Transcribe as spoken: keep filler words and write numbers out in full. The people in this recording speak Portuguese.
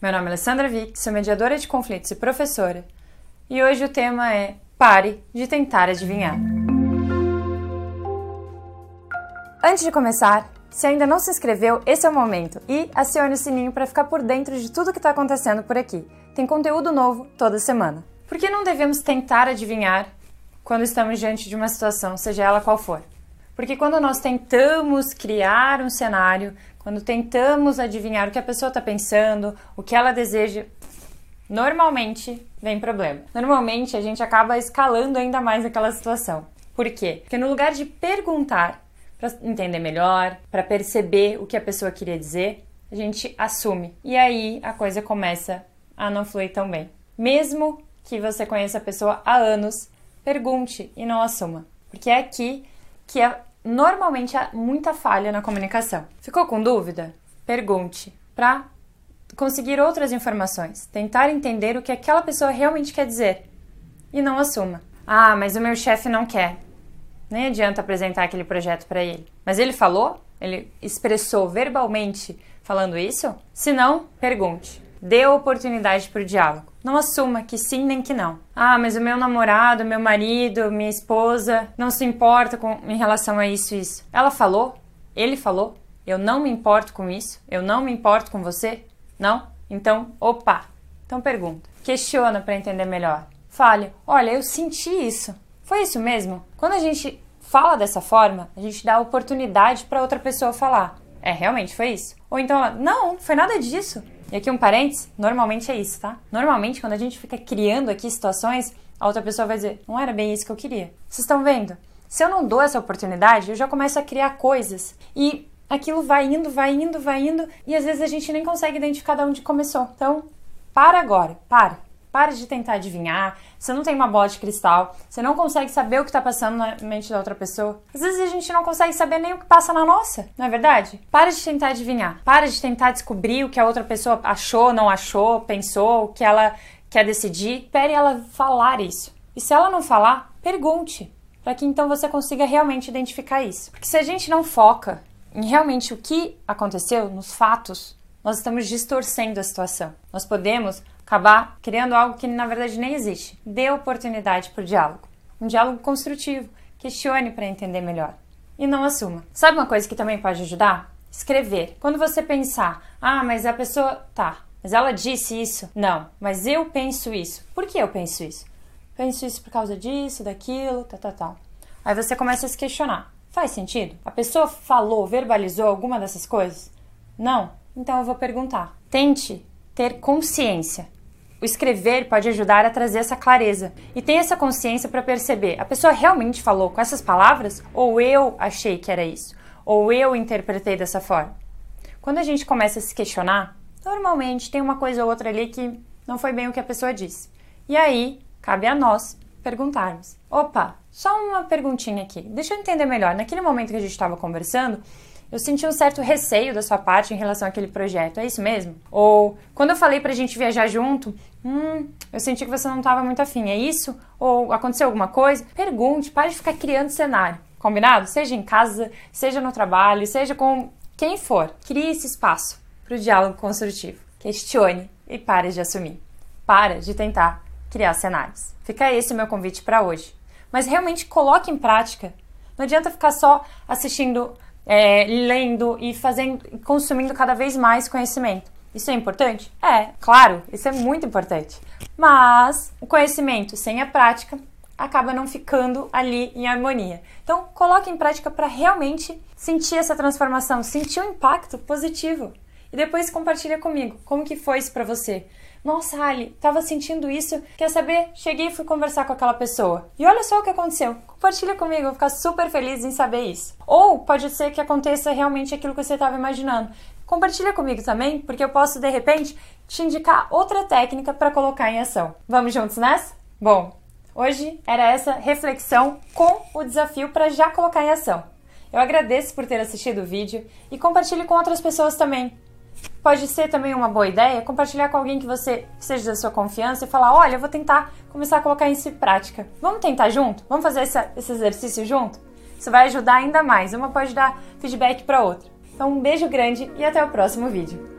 Meu nome é Alessandra Vick, sou mediadora de conflitos e professora, e hoje o tema é Pare de tentar adivinhar. Antes de começar, se ainda não se inscreveu, esse é o momento e acione o sininho para ficar por dentro de tudo que está acontecendo por aqui. Tem conteúdo novo toda semana. Por que não devemos tentar adivinhar quando estamos diante de uma situação, seja ela qual for? Porque quando nós tentamos criar um cenário, quando tentamos adivinhar o que a pessoa está pensando, o que ela deseja, normalmente vem problema. Normalmente a gente acaba escalando ainda mais aquela situação. Por quê? Porque no lugar de perguntar para entender melhor, para perceber o que a pessoa queria dizer, a gente assume. E aí a coisa começa a não fluir tão bem. Mesmo que você conheça a pessoa há anos, pergunte e não assuma. Porque é aqui que é, normalmente há muita falha na comunicação. Ficou com dúvida? Pergunte para conseguir outras informações. Tentar entender o que aquela pessoa realmente quer dizer. E não assuma. Ah, mas o meu chefe não quer. Nem adianta apresentar aquele projeto para ele. Mas ele falou? Ele expressou verbalmente falando isso? Se não, pergunte. Dê oportunidade para o diálogo. Não assuma que sim nem que não. Ah, mas o meu namorado, meu marido, minha esposa não se importa com, em relação a isso e isso. Ela falou? Ele falou? Eu não me importo com isso? Eu não me importo com você? Não? Então, opa! Então pergunta. Questiona para entender melhor. Fale, olha, eu senti isso. Foi isso mesmo? Quando a gente fala dessa forma, a gente dá oportunidade para outra pessoa falar. É, realmente foi isso? Ou então ela, não, não foi nada disso. E aqui um parênteses, normalmente é isso, tá? Normalmente quando a gente fica criando aqui situações, a outra pessoa vai dizer, não era bem isso que eu queria. Vocês estão vendo? Se eu não dou essa oportunidade, eu já começo a criar coisas. E aquilo vai indo, vai indo, vai indo, e às vezes a gente nem consegue identificar de onde começou. Então, para agora, para. Para de tentar adivinhar, você não tem uma bola de cristal, você não consegue saber o que está passando na mente da outra pessoa. Às vezes a gente não consegue saber nem o que passa na nossa, não é verdade? Para de tentar adivinhar, para de tentar descobrir o que a outra pessoa achou, não achou, pensou, o que ela quer decidir. Espere ela falar isso. E se ela não falar, pergunte, para que então você consiga realmente identificar isso. Porque se a gente não foca em realmente o que aconteceu, nos fatos, nós estamos distorcendo a situação. Nós podemos acabar criando algo que na verdade nem existe. Dê oportunidade para o diálogo. Um diálogo construtivo. Questione para entender melhor. E não assuma. Sabe uma coisa que também pode ajudar? Escrever. Quando você pensar, ah, mas a pessoa... Tá, mas ela disse isso. Não, mas eu penso isso. Por que eu penso isso? Penso isso por causa disso, daquilo, tal, tal, tal. Aí você começa a se questionar. Faz sentido? A pessoa falou, verbalizou alguma dessas coisas? Não? Então eu vou perguntar. Tente ter consciência. O escrever pode ajudar a trazer essa clareza. E tenha essa consciência para perceber, a pessoa realmente falou com essas palavras? Ou eu achei que era isso? Ou eu interpretei dessa forma? Quando a gente começa a se questionar, normalmente tem uma coisa ou outra ali que não foi bem o que a pessoa disse. E aí, cabe a nós perguntarmos. Opa, só uma perguntinha aqui. Deixa eu entender melhor. Naquele momento que a gente estava conversando, eu senti um certo receio da sua parte em relação àquele projeto, é isso mesmo? Ou, quando eu falei pra gente viajar junto, hum, eu senti que você não estava muito afim, é isso? Ou aconteceu alguma coisa? Pergunte, pare de ficar criando cenário, combinado? Seja em casa, seja no trabalho, seja com quem for. Crie esse espaço pro diálogo construtivo. Questione e pare de assumir. Para de tentar criar cenários. Fica esse o meu convite para hoje. Mas realmente coloque em prática. Não adianta ficar só assistindo... É, lendo e fazendo, consumindo cada vez mais conhecimento. Isso é importante? É, claro, isso é muito importante. Mas o conhecimento sem a prática acaba não ficando ali em harmonia. Então, coloque em prática para realmente sentir essa transformação, sentir o impacto positivo. E depois compartilha comigo. Como que foi isso para você? Nossa, Ali, tava sentindo isso. Quer saber? Cheguei e fui conversar com aquela pessoa. E olha só o que aconteceu. Compartilha comigo, eu vou ficar super feliz em saber isso. Ou pode ser que aconteça realmente aquilo que você estava imaginando. Compartilha comigo também, porque eu posso, de repente, te indicar outra técnica para colocar em ação. Vamos juntos nessa? Bom, hoje era essa reflexão com o desafio para já colocar em ação. Eu agradeço por ter assistido o vídeo e compartilhe com outras pessoas também. Pode ser também uma boa ideia compartilhar com alguém que você que seja da sua confiança e falar, olha, eu vou tentar começar a colocar isso em prática. Vamos tentar junto? Vamos fazer essa, esse exercício junto? Isso vai ajudar ainda mais. Uma pode dar feedback para outra. Então um beijo grande e até o próximo vídeo.